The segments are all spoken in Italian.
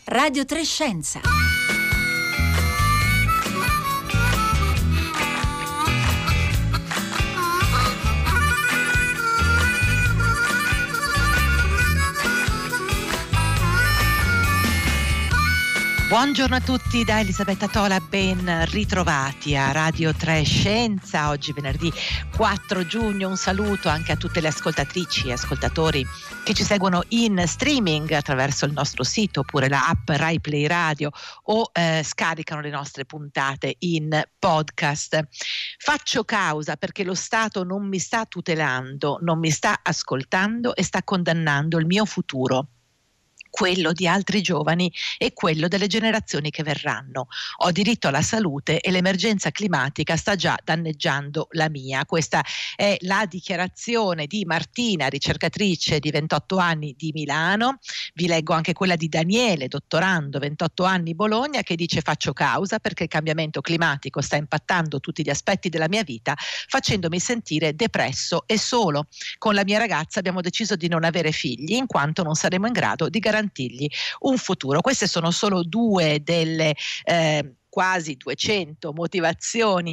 Radio 3 Scienza. Buongiorno a tutti da Elisabetta Tola, ben ritrovati a Radio 3 Scienza. Oggi venerdì 4 giugno, un saluto anche a tutte le ascoltatrici e ascoltatori che ci seguono in streaming attraverso il nostro sito oppure la app Rai Play Radio o scaricano le nostre puntate in podcast. Faccio causa perché lo Stato non mi sta tutelando, non mi sta ascoltando e sta condannando il mio futuro, quello di altri giovani e quello delle generazioni che verranno. Ho diritto alla salute e l'emergenza climatica sta già danneggiando la mia. Questa è la dichiarazione di Martina, ricercatrice di 28 anni di Milano. Vi leggo anche quella di Daniele, dottorando, 28 anni, Bologna, che dice: faccio causa perché il cambiamento climatico sta impattando tutti gli aspetti della mia vita, facendomi sentire depresso e solo. Con la mia ragazza abbiamo deciso di non avere figli in quanto non saremo in grado di garantirgli un futuro. Queste sono solo due delle quasi 200 motivazioni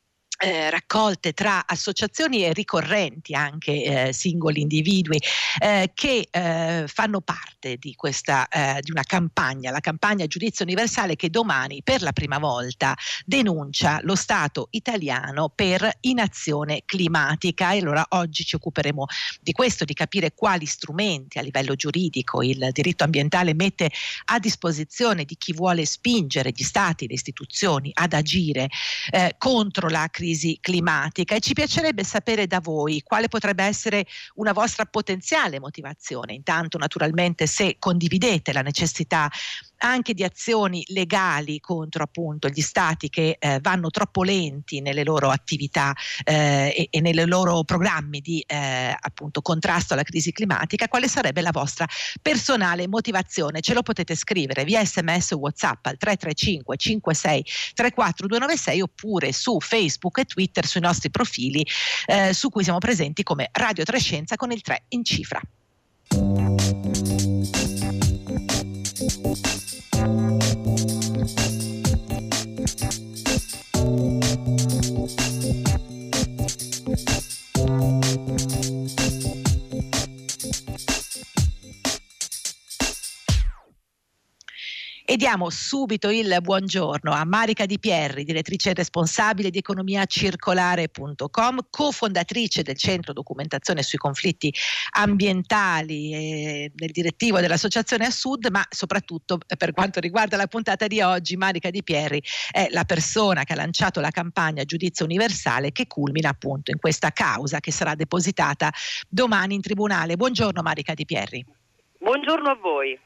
raccolte tra associazioni e ricorrenti anche singoli individui che fanno parte di questa di una campagna, la campagna Giudizio Universale, che domani per la prima volta denuncia lo Stato italiano per inazione climatica. E allora oggi ci occuperemo di questo, di capire quali strumenti a livello giuridico il diritto ambientale mette a disposizione di chi vuole spingere gli stati, le istituzioni ad agire contro la crisi climatica, e ci piacerebbe sapere da voi quale potrebbe essere una vostra potenziale motivazione. Intanto, naturalmente, se condividete la necessità anche di azioni legali contro appunto gli stati che vanno troppo lenti nelle loro attività e nei loro programmi di appunto contrasto alla crisi climatica, quale sarebbe la vostra personale motivazione? Ce lo potete scrivere via SMS o WhatsApp al 335 56 34 296 oppure su Facebook e Twitter sui nostri profili su cui siamo presenti come Radio 3 Scienza con il 3 in cifra. E diamo subito il buongiorno a Marica Di Pierri, direttrice responsabile di economiacircolare.com, cofondatrice del Centro Documentazione sui conflitti ambientali e del direttivo dell'Associazione Assud, ma soprattutto per quanto riguarda la puntata di oggi, Marica Di Pierri è la persona che ha lanciato la campagna Giudizio Universale, che culmina appunto in questa causa che sarà depositata domani in tribunale. Buongiorno Marica Di Pierri. Buongiorno a voi.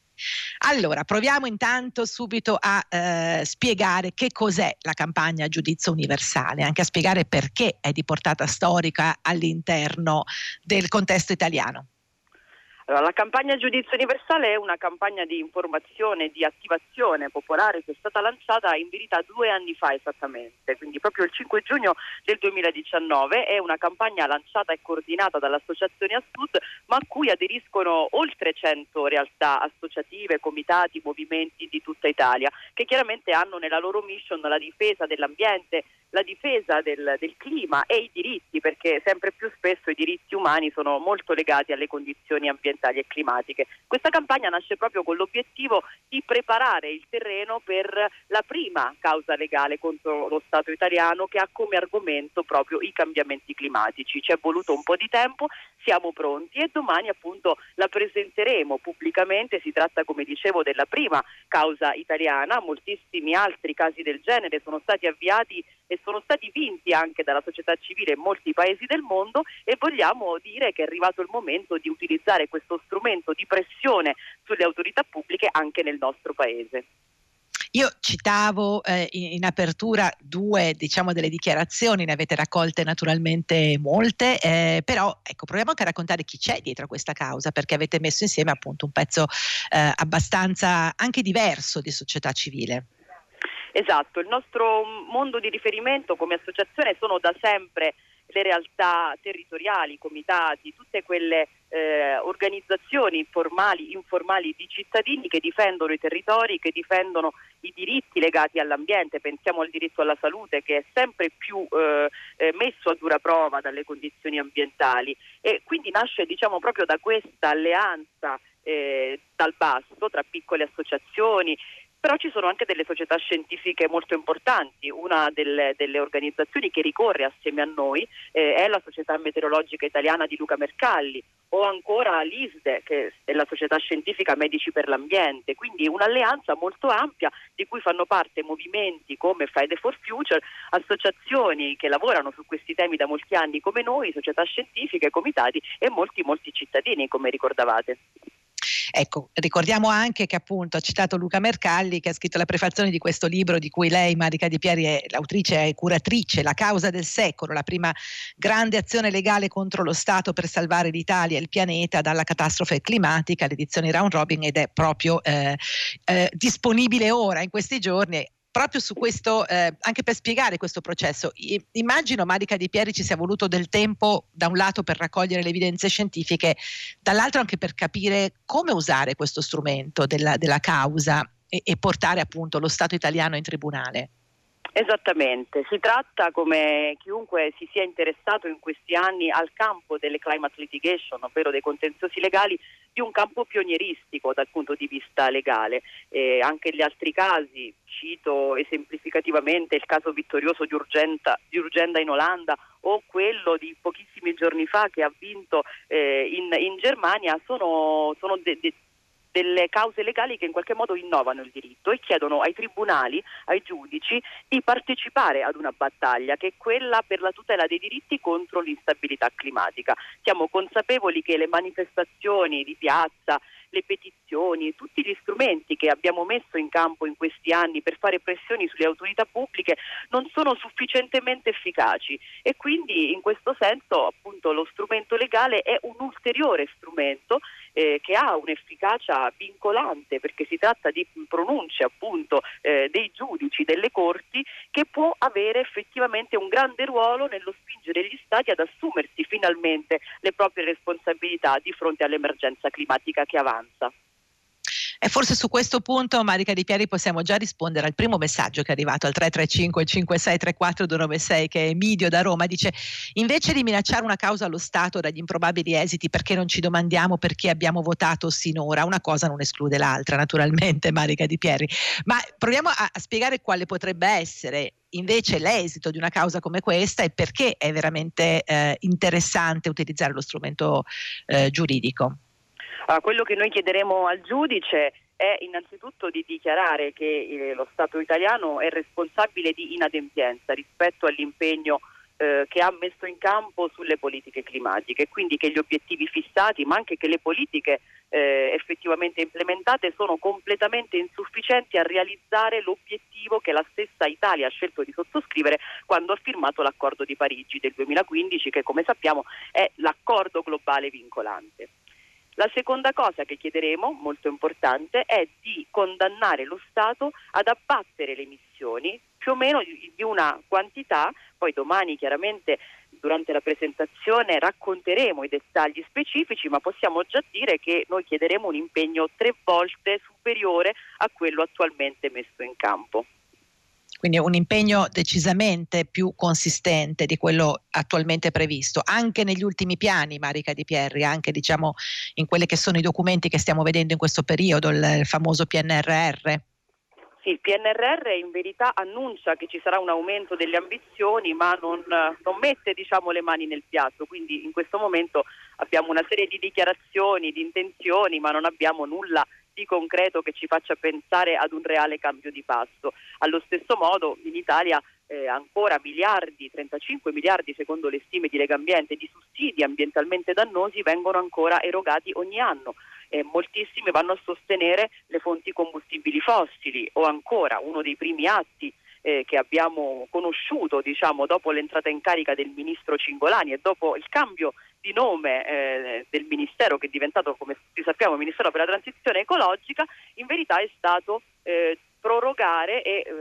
Allora, proviamo intanto subito a spiegare che cos'è la campagna Giudizio Universale, anche a spiegare perché è di portata storica all'interno del contesto italiano. Allora, la campagna Giudizio Universale è una campagna di informazione, di attivazione popolare che è stata lanciata in verità 2 anni fa esattamente, quindi proprio il 5 giugno del 2019. È una campagna lanciata e coordinata dall'Associazione Assud, ma a cui aderiscono oltre 100 realtà associative, comitati, movimenti di tutta Italia, che chiaramente hanno nella loro mission la difesa dell'ambiente, la difesa del clima e i diritti, perché sempre più spesso i diritti umani sono molto legati alle condizioni ambientali e climatiche. Questa campagna nasce proprio con l'obiettivo di preparare il terreno per la prima causa legale contro lo Stato italiano, che ha come argomento proprio i cambiamenti climatici. Ci è voluto un po' di tempo, siamo pronti e domani appunto la presenteremo pubblicamente. Si tratta, come dicevo, della prima causa italiana. Moltissimi altri casi del genere sono stati avviati e sono stati vinti anche dalla società civile in molti paesi del mondo, e vogliamo dire che è arrivato il momento di utilizzare questo strumento di pressione sulle autorità pubbliche anche nel nostro paese. Io citavo in apertura due, delle dichiarazioni, ne avete raccolte naturalmente molte, però ecco, proviamo anche a raccontare chi c'è dietro a questa causa, perché avete messo insieme appunto un pezzo abbastanza anche diverso di società civile. Esatto, il nostro mondo di riferimento come associazione sono da sempre le realtà territoriali, comitati, tutte quelle organizzazioni formali, informali di cittadini che difendono i territori, che difendono i diritti legati all'ambiente. Pensiamo al diritto alla salute, che è sempre più messo a dura prova dalle condizioni ambientali, e quindi nasce proprio da questa alleanza dal basso tra piccole associazioni. Però ci sono anche delle società scientifiche molto importanti. Una delle organizzazioni che ricorre assieme a noi è la Società Meteorologica Italiana di Luca Mercalli, o ancora l'ISDE, che è la Società Scientifica Medici per l'Ambiente. Quindi un'alleanza molto ampia di cui fanno parte movimenti come Friday for Future, associazioni che lavorano su questi temi da molti anni come noi, società scientifiche, comitati e molti cittadini, come ricordavate. Ecco, ricordiamo anche che appunto ha citato Luca Mercalli, che ha scritto la prefazione di questo libro di cui lei, Marica Di Pieri, è l'autrice e curatrice, La causa del secolo, la prima grande azione legale contro lo Stato per salvare l'Italia e il pianeta dalla catastrofe climatica, l'edizione Round Robin, ed è proprio disponibile ora, in questi giorni, proprio su questo, anche per spiegare questo processo. Immagino, Marica Di Pieri, ci sia voluto del tempo, da un lato per raccogliere le evidenze scientifiche, dall'altro anche per capire come usare questo strumento della causa e portare appunto lo Stato italiano in tribunale. Esattamente, si tratta, come chiunque si sia interessato in questi anni al campo delle climate litigation, ovvero dei contenziosi legali, di un campo pionieristico dal punto di vista legale. Anche gli altri casi, cito esemplificativamente il caso vittorioso di Urgenda in Olanda, o quello di pochissimi giorni fa che ha vinto in Germania, sono delle cause legali che in qualche modo innovano il diritto e chiedono ai tribunali, ai giudici, di partecipare ad una battaglia che è quella per la tutela dei diritti contro l'instabilità climatica. Siamo consapevoli che le manifestazioni di piazza, le petizioni, tutti gli strumenti che abbiamo messo in campo in questi anni per fare pressioni sulle autorità pubbliche non sono sufficientemente efficaci, e quindi in questo senso appunto lo strumento legale è un ulteriore strumento che ha un'efficacia vincolante, perché si tratta di pronunce appunto dei giudici, delle corti, che può avere effettivamente un grande ruolo nello spingere gli stati ad assumersi finalmente le proprie responsabilità di fronte all'emergenza climatica che avanza. E forse su questo punto, Marica Di Pieri, possiamo già rispondere al primo messaggio che è arrivato al 335 5634 296, che è Emidio da Roma. Dice: invece di minacciare una causa allo Stato dagli improbabili esiti, perché non ci domandiamo perché abbiamo votato sinora? Una cosa non esclude l'altra, naturalmente, Marica Di Pieri, ma proviamo a spiegare quale potrebbe essere invece l'esito di una causa come questa e perché è veramente interessante utilizzare lo strumento giuridico. Quello che noi chiederemo al giudice è innanzitutto di dichiarare che lo Stato italiano è responsabile di inadempienza rispetto all'impegno che ha messo in campo sulle politiche climatiche, quindi che gli obiettivi fissati, ma anche che le politiche effettivamente implementate sono completamente insufficienti a realizzare l'obiettivo che la stessa Italia ha scelto di sottoscrivere quando ha firmato l'accordo di Parigi del 2015, che come sappiamo è l'accordo globale vincolante. La seconda cosa che chiederemo, molto importante, è di condannare lo Stato ad abbattere le emissioni più o meno di una quantità. Poi domani chiaramente durante la presentazione racconteremo i dettagli specifici, ma possiamo già dire che noi chiederemo un impegno 3 volte superiore a quello attualmente messo in campo. Quindi un impegno decisamente più consistente di quello attualmente previsto, anche negli ultimi piani, Marica Di Pieri, anche diciamo in quelli che sono i documenti che stiamo vedendo in questo periodo, il famoso PNRR. Sì, il PNRR in verità annuncia che ci sarà un aumento delle ambizioni, ma non mette le mani nel piatto, quindi in questo momento abbiamo una serie di dichiarazioni, di intenzioni, ma non abbiamo nulla di concreto che ci faccia pensare ad un reale cambio di passo. Allo stesso modo in Italia ancora 35 miliardi secondo le stime di Legambiente di sussidi ambientalmente dannosi vengono ancora erogati ogni anno. Moltissimi vanno a sostenere le fonti combustibili fossili, o ancora uno dei primi atti che abbiamo conosciuto dopo l'entrata in carica del ministro Cingolani e dopo il cambio di nome del ministero, che è diventato, come tutti sappiamo, Ministero per la Transizione Ecologica, in verità è stato prorogare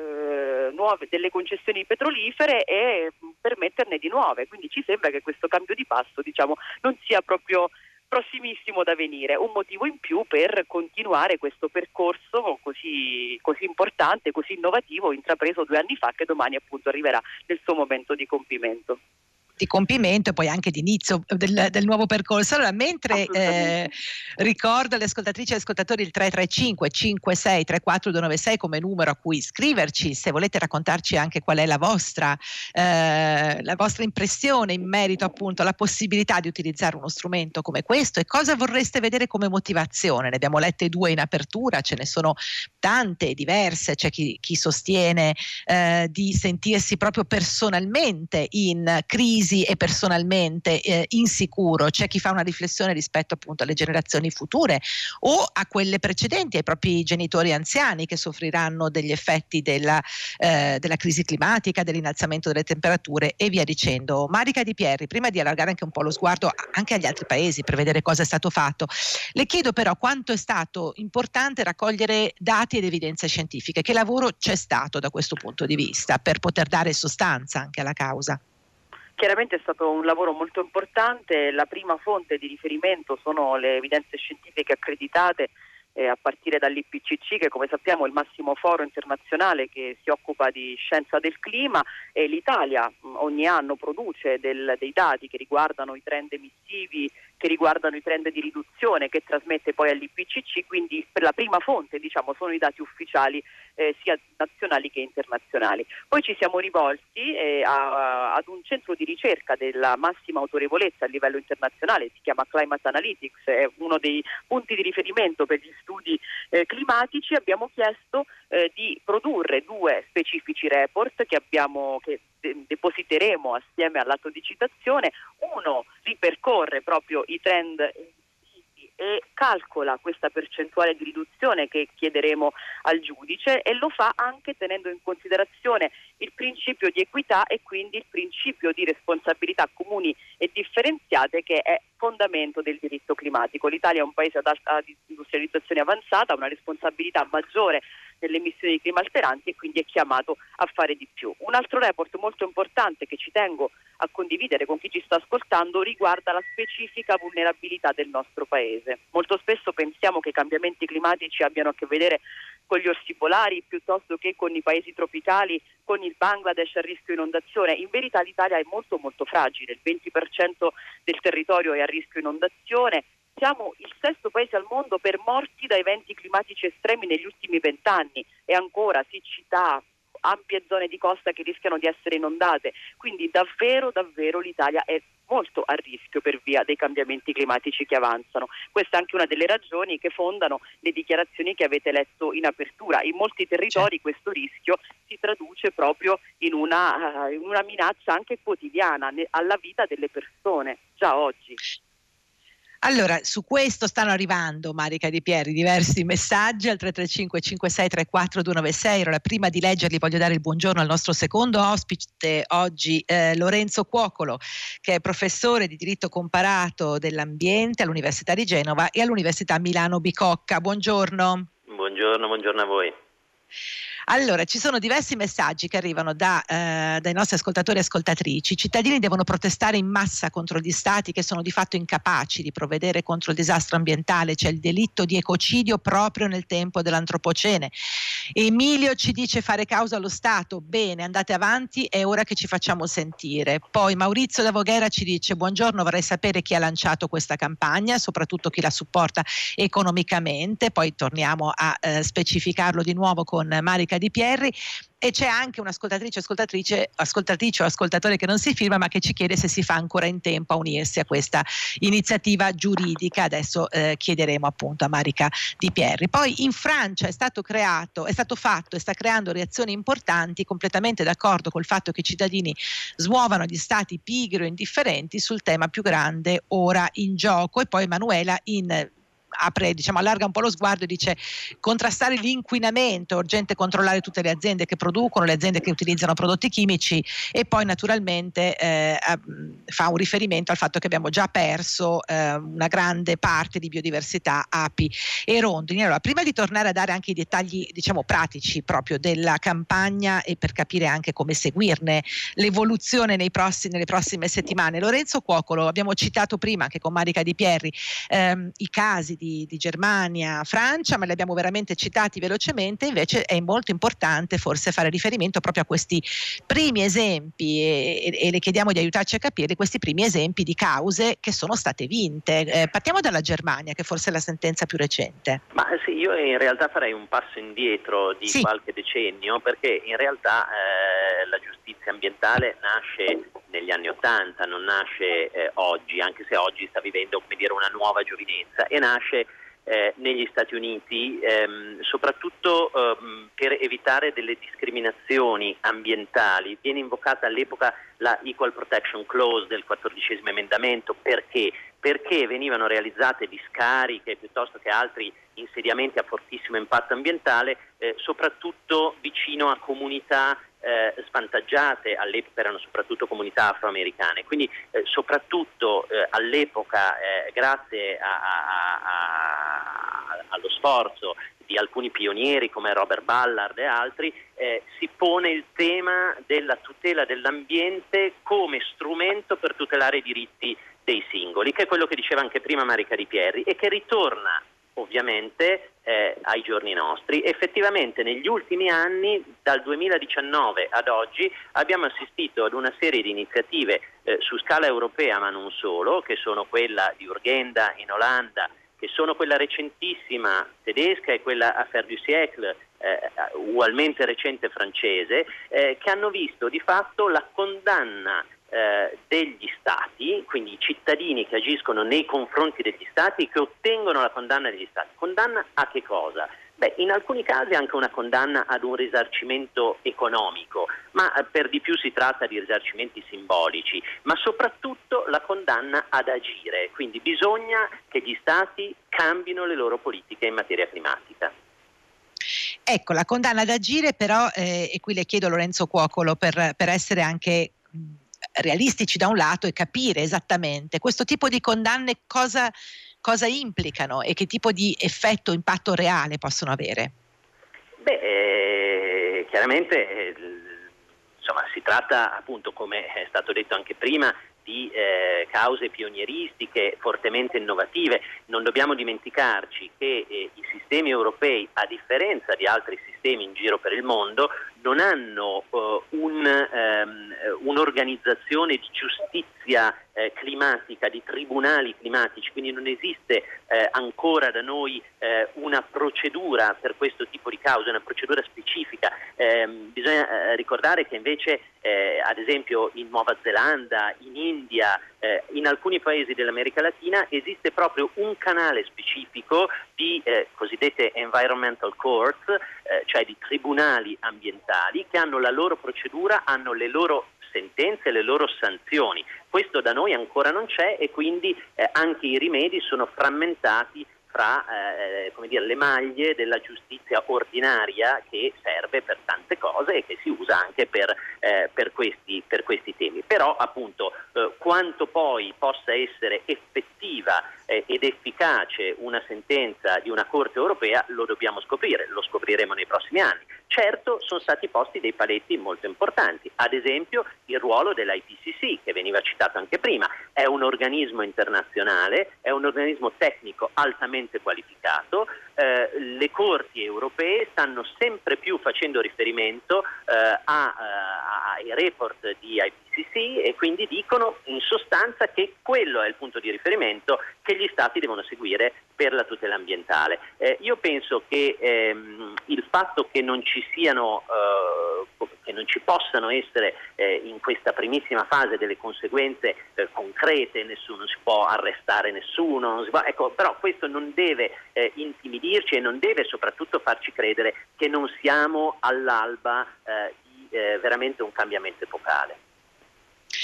delle concessioni petrolifere e permetterne di nuove. Quindi ci sembra che questo cambio di passo non sia proprio prossimissimo da venire, un motivo in più per continuare questo percorso così importante, così innovativo, intrapreso 2 anni fa, che domani appunto arriverà nel suo momento di compimento e poi anche di inizio del nuovo percorso. Allora, mentre ricordo alle ascoltatrici e agli ascoltatori il 335 56 34 296 come numero a cui iscriverci se volete raccontarci anche qual è la vostra impressione in merito appunto alla possibilità di utilizzare uno strumento come questo e cosa vorreste vedere come motivazione. Ne abbiamo lette 2 in apertura, ce ne sono tante diverse. C'è chi sostiene di sentirsi proprio personalmente in crisi e personalmente insicuro, c'è chi fa una riflessione rispetto appunto alle generazioni future o a quelle precedenti, ai propri genitori anziani che soffriranno degli effetti della crisi climatica, dell'innalzamento delle temperature e via dicendo. Marica Di Pierri, prima di allargare anche un po' lo sguardo anche agli altri paesi per vedere cosa è stato fatto, le chiedo però quanto è stato importante raccogliere dati ed evidenze scientifiche, che lavoro c'è stato da questo punto di vista per poter dare sostanza anche alla causa? Chiaramente è stato un lavoro molto importante, la prima fonte di riferimento sono le evidenze scientifiche accreditate a partire dall'IPCC, che come sappiamo è il massimo foro internazionale che si occupa di scienza del clima, e l'Italia ogni anno produce dei dati che riguardano i trend emissivi, che riguardano i trend di riduzione, che trasmette poi all'IPCC, quindi per la prima fonte sono i dati ufficiali sia nazionali che internazionali. Poi ci siamo rivolti ad un centro di ricerca della massima autorevolezza a livello internazionale, si chiama Climate Analytics, è uno dei punti di riferimento per gli studi climatici. Abbiamo chiesto di produrre 2 specifici report che depositeremo assieme all'atto di citazione. Uno ripercorre proprio i trend e calcola questa percentuale di riduzione che chiederemo al giudice, e lo fa anche tenendo in considerazione il principio di equità e quindi il principio di responsabilità comuni e differenziate, che è fondamento del diritto climatico. L'Italia è un paese ad alta industrializzazione avanzata, ha una responsabilità maggiore nelle emissioni di clima alteranti e quindi è chiamato a fare di più. Un altro report molto importante che ci tengo a condividere con chi ci sta ascoltando riguarda la specifica vulnerabilità del nostro paese. Molto spesso pensiamo che i cambiamenti climatici abbiano a che vedere con gli orsi polari piuttosto che con i paesi tropicali, con il Bangladesh a rischio inondazione. In verità l'Italia è molto molto fragile, il 20% del territorio è a rischio inondazione. Siamo il 6º paese al mondo per morti da eventi climatici estremi negli ultimi 20 anni, e ancora siccità, ampie zone di costa che rischiano di essere inondate. Quindi davvero l'Italia è molto a rischio per via dei cambiamenti climatici che avanzano. Questa è anche una delle ragioni che fondano le dichiarazioni che avete letto in apertura. In molti territori questo rischio si traduce proprio in una minaccia anche quotidiana alla vita delle persone, già oggi. Allora, su questo stanno arrivando, Marica Di Pierri, diversi messaggi al 335 56 34 296. Allora, prima di leggerli voglio dare il buongiorno al nostro secondo ospite oggi, Lorenzo Cuocolo, che è professore di diritto comparato dell'ambiente all'Università di Genova e all'Università Milano Bicocca. Buongiorno. Buongiorno a voi. Allora, ci sono diversi messaggi che arrivano dai nostri ascoltatori e ascoltatrici. I cittadini devono protestare in massa contro gli stati che sono di fatto incapaci di provvedere contro il disastro ambientale. C'è il delitto di ecocidio proprio nel tempo dell'antropocene. Emilio ci dice: fare causa allo Stato, bene, andate avanti, è ora che ci facciamo sentire. Poi Maurizio da Voghera ci dice: buongiorno, vorrei sapere chi ha lanciato questa campagna, soprattutto chi la supporta economicamente. Poi torniamo a specificarlo di nuovo con Marica Di Pierri. E c'è anche un'ascoltatrice o ascoltatore che non si firma, ma che ci chiede se si fa ancora in tempo a unirsi a questa iniziativa giuridica. Adesso chiederemo appunto a Marica Di Pierri. Poi in Francia è stato fatto e sta creando reazioni importanti, completamente d'accordo col fatto che i cittadini smuovano gli stati pigri o indifferenti sul tema più grande ora in gioco. E poi Emanuela in allarga un po' lo sguardo e dice: contrastare l'inquinamento, è urgente controllare tutte le aziende che producono, le aziende che utilizzano prodotti chimici, e poi naturalmente fa un riferimento al fatto che abbiamo già perso una grande parte di biodiversità, api e rondini. Allora, prima di tornare a dare anche i dettagli, diciamo, pratici proprio della campagna e per capire anche come seguirne l'evoluzione nelle prossime settimane, Lorenzo Cuocolo, abbiamo citato prima anche con Marica Di Pierri i casi di Germania, Francia, ma li abbiamo veramente citati velocemente. Invece è molto importante forse fare riferimento proprio a questi primi esempi e le chiediamo di aiutarci a capire questi primi esempi di cause che sono state vinte. Partiamo dalla Germania, che forse è la sentenza più recente. Ma sì, io in realtà farei un passo indietro di qualche decennio, perché in realtà la giustizia ambientale nasce negli anni '80, non nasce oggi, anche se oggi sta vivendo, come dire, una nuova giovinezza, e nasce negli Stati Uniti soprattutto per evitare delle discriminazioni ambientali. Viene invocata all'epoca la Equal Protection Clause del 14° emendamento. Perché venivano realizzate discariche piuttosto che altri insediamenti a fortissimo impatto ambientale, soprattutto vicino a comunità svantaggiate. All'epoca erano soprattutto comunità afroamericane, quindi soprattutto all'epoca grazie allo sforzo di alcuni pionieri come Robert Ballard e altri, si pone il tema della tutela dell'ambiente come strumento per tutelare i diritti dei singoli, che è quello che diceva anche prima Marica Di Pierri e che ritorna ovviamente ai giorni nostri. Effettivamente negli ultimi anni, dal 2019 ad oggi, abbiamo assistito ad una serie di iniziative su scala europea, ma non solo, che sono quella di Urgenda in Olanda, che sono quella recentissima tedesca e quella Affaire du siècle, ugualmente recente francese, che hanno visto di fatto la condanna degli stati, quindi i cittadini che agiscono nei confronti degli stati, che ottengono la condanna degli stati. Condanna a che cosa? Beh, in alcuni casi anche una condanna ad un risarcimento economico, ma per di più si tratta di risarcimenti simbolici, ma soprattutto la condanna ad agire. Quindi bisogna che gli stati cambino le loro politiche in materia climatica. Ecco, la condanna ad agire però, e qui le chiedo, Lorenzo Cuocolo, per essere anche realistici da un lato e capire esattamente questo tipo di condanne cosa implicano e che tipo di effetto, impatto reale possono avere. Beh, chiaramente insomma si tratta, appunto, come è stato detto anche prima, di cause pionieristiche fortemente innovative. Non dobbiamo dimenticarci che i sistemi europei, a differenza di altri sistemi in giro per il mondo, non hanno un'organizzazione di giustizia climatica, di tribunali climatici, quindi non esiste ancora da noi una procedura per questo tipo di cause, una procedura specifica. Bisogna ricordare che invece ad esempio in Nuova Zelanda, in India, in alcuni paesi dell'America Latina esiste proprio un canale specifico di cosiddette environmental courts, cioè di tribunali ambientali che hanno la loro procedura, hanno le loro sentenze, le loro sanzioni. Questo da noi ancora non c'è e quindi anche i rimedi sono frammentati fra le maglie della giustizia ordinaria, che serve per tante cose e che si usa anche per questi temi. Però appunto quanto poi possa essere effettiva ed efficace una sentenza di una Corte europea lo dobbiamo scoprire, lo scopriremo nei prossimi anni. Certo, sono stati posti dei paletti molto importanti, ad esempio il ruolo dell'IPCC, che veniva citato anche prima. È un organismo internazionale, è un organismo tecnico altamente qualificato. Le corti europee stanno sempre più facendo riferimento ai report di IPCC e quindi dicono in sostanza che quello è il punto di riferimento che gli stati devono seguire per la tutela ambientale. Io penso che il fatto che non ci siano che non ci possano essere in questa primissima fase delle conseguenze concrete, non si può arrestare nessuno, non si può, però questo non deve intimidirci e non deve soprattutto farci credere che non siamo all'alba di veramente un cambiamento epocale.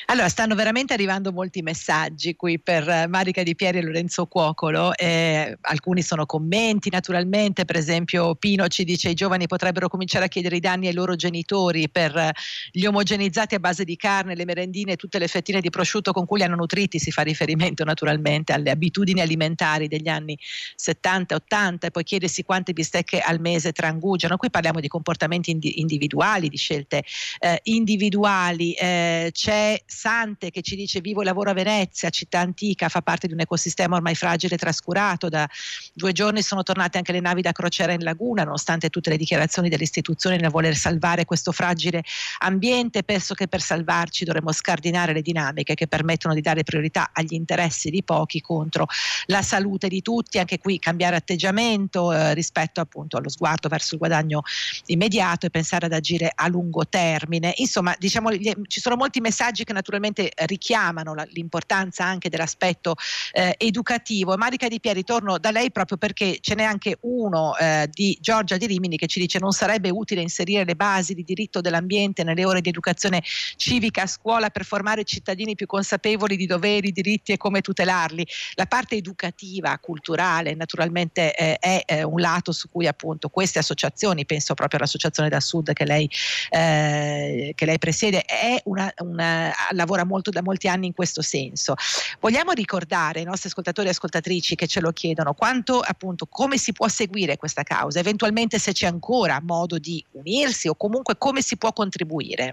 Allora, stanno veramente arrivando molti messaggi qui per Marica Di Pieri e Lorenzo Cuocolo. Alcuni sono commenti, naturalmente. Per esempio, Pino ci dice: i giovani potrebbero cominciare a chiedere i danni ai loro genitori per gli omogenizzati a base di carne, le merendine e tutte le fettine di prosciutto con cui li hanno nutriti. Si fa riferimento naturalmente alle abitudini alimentari degli anni 70-80, e poi chiedersi quante bistecche al mese trangugiano. Qui parliamo di comportamenti individuali, di scelte individuali. C'è Sante che ci dice: vivo e lavoro a Venezia, città antica, fa parte di un ecosistema ormai fragile e trascurato. Da 2 giorni sono tornate anche le navi da crociera in laguna, nonostante tutte le dichiarazioni delle istituzioni nel voler salvare questo fragile ambiente. Penso che per salvarci dovremmo scardinare le dinamiche che permettono di dare priorità agli interessi di pochi contro la salute di tutti. Anche qui cambiare atteggiamento rispetto appunto allo sguardo verso il guadagno immediato e pensare ad agire a lungo termine. Insomma, diciamo, ci sono molti messaggi che naturalmente richiamano l'importanza anche dell'aspetto educativo. Marica Di Pieri, torno da lei proprio perché ce n'è anche uno di Giorgia Di Rimini che ci dice: non sarebbe utile inserire le basi di diritto dell'ambiente nelle ore di educazione civica a scuola per formare cittadini più consapevoli di doveri, diritti e come tutelarli? La parte educativa, culturale, naturalmente è un lato su cui appunto queste associazioni, penso proprio all'associazione da Sud che lei presiede, è lavora molto da molti anni in questo senso. Vogliamo ricordare ai nostri ascoltatori e ascoltatrici che ce lo chiedono quanto, appunto, come si può seguire questa causa, eventualmente se c'è ancora modo di unirsi o comunque come si può contribuire?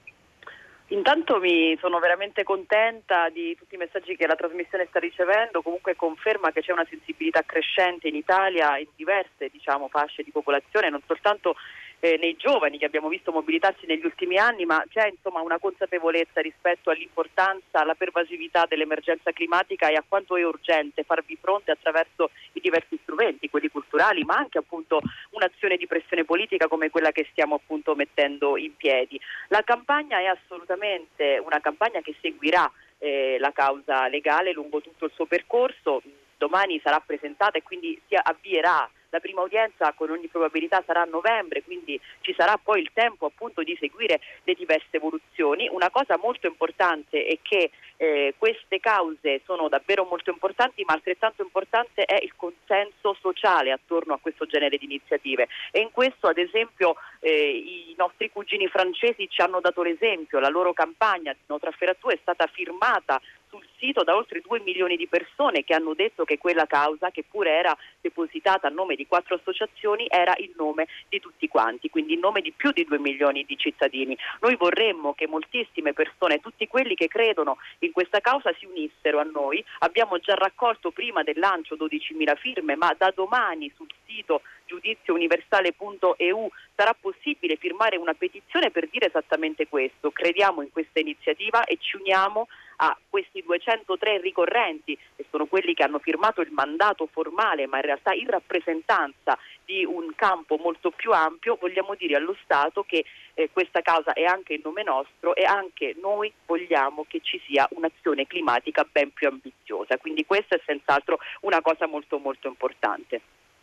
Intanto mi sono veramente contenta di tutti i messaggi che la trasmissione sta ricevendo. Comunque conferma che c'è una sensibilità crescente in Italia in diverse, fasce di popolazione, non soltanto nei giovani che abbiamo visto mobilitarsi negli ultimi anni, ma c'è una consapevolezza rispetto all'importanza, alla pervasività dell'emergenza climatica e a quanto è urgente farvi fronte attraverso i diversi strumenti, quelli culturali, ma anche appunto un'azione di pressione politica come quella che stiamo appunto mettendo in piedi. La campagna è assolutamente una campagna che seguirà la causa legale lungo tutto il suo percorso. Domani sarà presentata e quindi si avvierà. La prima udienza con ogni probabilità sarà a novembre, quindi ci sarà poi il tempo appunto di seguire le diverse evoluzioni. Una cosa molto importante è che queste cause sono davvero molto importanti, ma altrettanto importante è il consenso sociale attorno a questo genere di iniziative, e in questo ad esempio i nostri cugini francesi ci hanno dato l'esempio. La loro campagna di No Trafferatù è stata firmata sul sito da oltre 2 milioni di persone che hanno detto che quella causa, che pure era depositata a nome di 4 associazioni, era il nome di tutti quanti, quindi il nome di più di 2 milioni di cittadini. Noi vorremmo che moltissime persone, tutti quelli che credono in questa causa, si unissero a noi. Abbiamo già raccolto prima del lancio 12.000 firme, ma da domani sul sito giudizziouniversale.eu sarà possibile firmare una petizione per dire esattamente questo: crediamo in questa iniziativa e ci uniamo a questi 203 ricorrenti, che sono quelli che hanno firmato il mandato formale, ma in realtà in rappresentanza di un campo molto più ampio. Vogliamo dire allo Stato che questa causa è anche il nome nostro e anche noi vogliamo che ci sia un'azione climatica ben più ambiziosa. Quindi questa è senz'altro una cosa molto molto importante.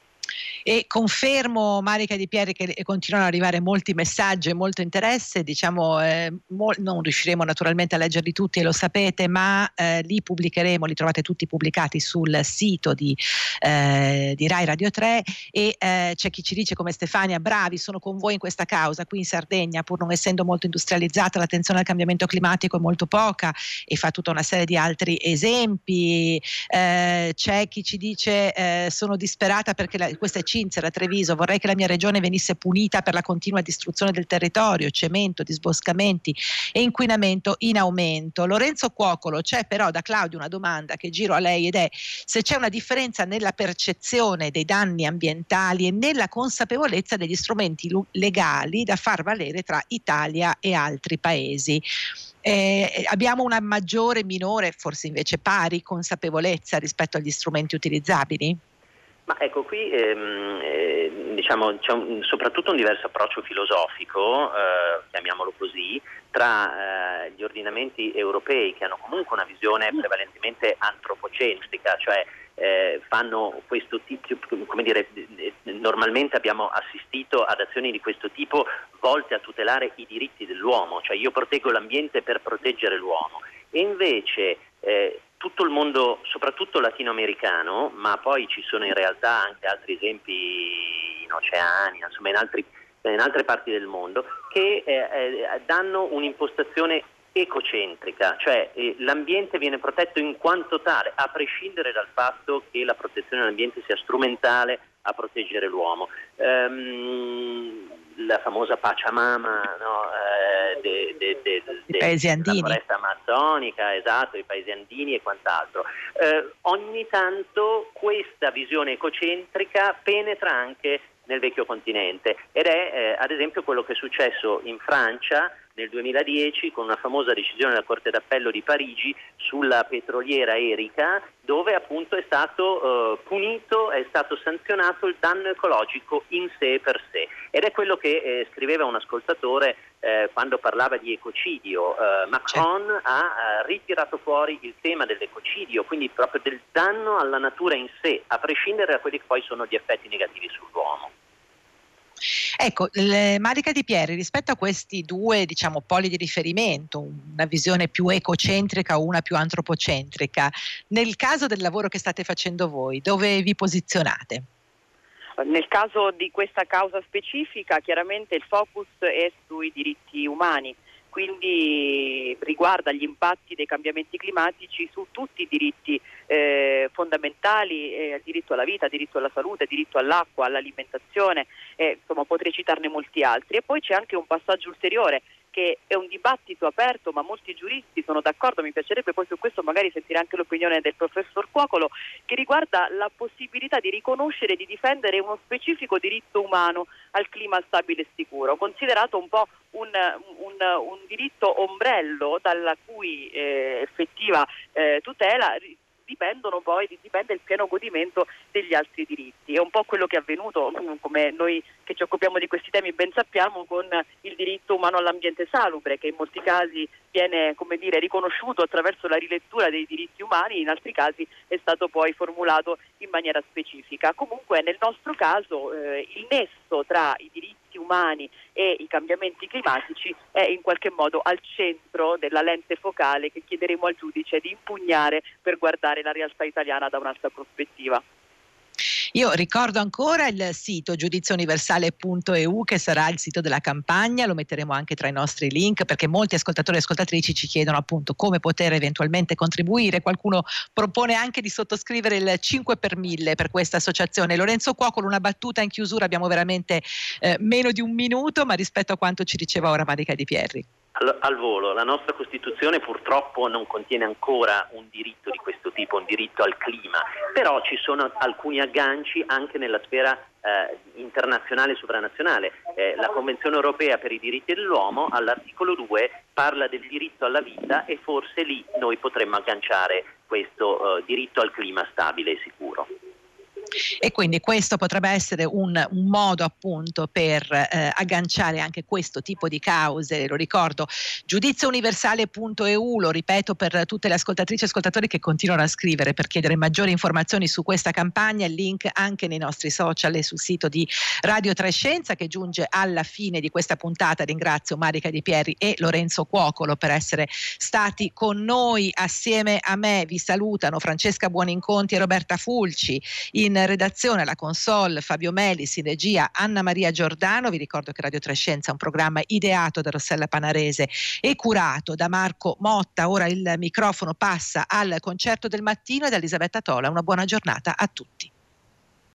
E confermo, Marica Di Pieri, che continuano ad arrivare molti messaggi e molto interesse. Non riusciremo naturalmente a leggerli tutti, e lo sapete, ma li pubblicheremo, li trovate tutti pubblicati sul sito di Rai Radio 3. E c'è chi ci dice, come Stefania: bravi, sono con voi in questa causa. Qui in Sardegna, pur non essendo molto industrializzata, l'attenzione al cambiamento climatico è molto poca, e fa tutta una serie di altri esempi. C'è chi ci dice: sono disperata perché questa è Cinzia da Treviso, vorrei che la mia regione venisse punita per la continua distruzione del territorio, cemento, disboscamenti e inquinamento in aumento. Lorenzo Cuocolo, c'è però da Claudio una domanda che giro a lei, ed è se c'è una differenza nella percezione dei danni ambientali e nella consapevolezza degli strumenti legali da far valere tra Italia e altri paesi. Abbiamo una maggiore, minore, forse invece pari consapevolezza rispetto agli strumenti utilizzabili? Ma ecco, qui c'è soprattutto un diverso approccio filosofico, chiamiamolo così, tra gli ordinamenti europei, che hanno comunque una visione prevalentemente antropocentrica, cioè fanno questo tipo, come dire, normalmente abbiamo assistito ad azioni di questo tipo volte a tutelare i diritti dell'uomo, cioè io proteggo l'ambiente per proteggere l'uomo, e invece tutto il mondo, soprattutto latinoamericano, ma poi ci sono in realtà anche altri esempi in Oceania, insomma in altre parti del mondo, che danno un'impostazione ecocentrica, cioè l'ambiente viene protetto in quanto tale, a prescindere dal fatto che la protezione dell'ambiente sia strumentale a proteggere l'uomo. La famosa Pachamama, no? I paesi andini, della foresta amazzonica, esatto, i paesi andini e quant'altro. Ogni tanto questa visione ecocentrica penetra anche nel vecchio continente, ed è ad esempio quello che è successo in Francia nel 2010 con una famosa decisione della Corte d'Appello di Parigi sulla petroliera Erika, dove appunto è stato punito, è stato sanzionato il danno ecologico in sé per sé, ed è quello che scriveva un ascoltatore quando parlava di ecocidio. Macron ha ritirato fuori il tema dell'ecocidio, quindi proprio del danno alla natura in sé, a prescindere da quelli che poi sono gli effetti negativi sull'uomo. Ecco, Marica Di Pieri, rispetto a questi due, diciamo, poli di riferimento, una visione più ecocentrica o una più antropocentrica, nel caso del lavoro che state facendo voi, dove vi posizionate? Nel caso di questa causa specifica, chiaramente il focus è sui diritti umani, quindi riguarda gli impatti dei cambiamenti climatici su tutti i diritti fondamentali, il diritto alla vita, il diritto alla salute, il diritto all'acqua, all'alimentazione, insomma potrei citarne molti altri. E poi c'è anche un passaggio ulteriore, che è un dibattito aperto, ma molti giuristi sono d'accordo, mi piacerebbe poi su questo magari sentire anche l'opinione del professor Cuocolo, che riguarda la possibilità di riconoscere e di difendere uno specifico diritto umano al clima stabile e sicuro, considerato un po' un diritto ombrello dalla cui effettiva tutela dipende il pieno godimento degli altri diritti. È un po' quello che è avvenuto, come noi che ci occupiamo di questi temi ben sappiamo, con il diritto umano all'ambiente salubre, che in molti casi viene, come dire, riconosciuto attraverso la rilettura dei diritti umani, in altri casi è stato poi formulato in maniera specifica. Comunque nel nostro caso il nesso tra i diritti umani e i cambiamenti climatici è in qualche modo al centro della lente focale che chiederemo al giudice di impugnare per guardare la realtà italiana da un'altra prospettiva. Io ricordo ancora il sito giudizziouniversale.eu, che sarà il sito della campagna, lo metteremo anche tra i nostri link, perché molti ascoltatori e ascoltatrici ci chiedono appunto come poter eventualmente contribuire. Qualcuno propone anche di sottoscrivere il 5 per 1000 per questa associazione. Lorenzo Cuocolo, una battuta in chiusura, abbiamo veramente meno di un minuto, ma rispetto a quanto ci diceva ora Marica Di Pieri. Al volo, la nostra Costituzione purtroppo non contiene ancora un diritto di questo tipo, un diritto al clima, però ci sono alcuni agganci anche nella sfera internazionale e sovranazionale. La Convenzione europea per i diritti dell'uomo all'articolo 2 parla del diritto alla vita, e forse lì noi potremmo agganciare questo diritto al clima stabile e sicuro. E quindi questo potrebbe essere un modo appunto per agganciare anche questo tipo di cause. Lo ricordo, giudizziouniversale.eu, lo ripeto per tutte le ascoltatrici e ascoltatori che continuano a scrivere per chiedere maggiori informazioni su questa campagna, il link anche nei nostri social e sul sito di Radio 3 Scienza, che giunge alla fine di questa puntata. Ringrazio Marica Di Pieri e Lorenzo Cuocolo per essere stati con noi. Assieme a me vi salutano Francesca Buoninconti e Roberta Fulci, in redazione alla console Fabio Melis, in regia Anna Maria Giordano. Vi ricordo che Radio 3 Scienza è un programma ideato da Rossella Panarese e curato da Marco Motta. Ora il microfono passa al Concerto del Mattino e da Elisabetta Tola. Una buona giornata a tutti.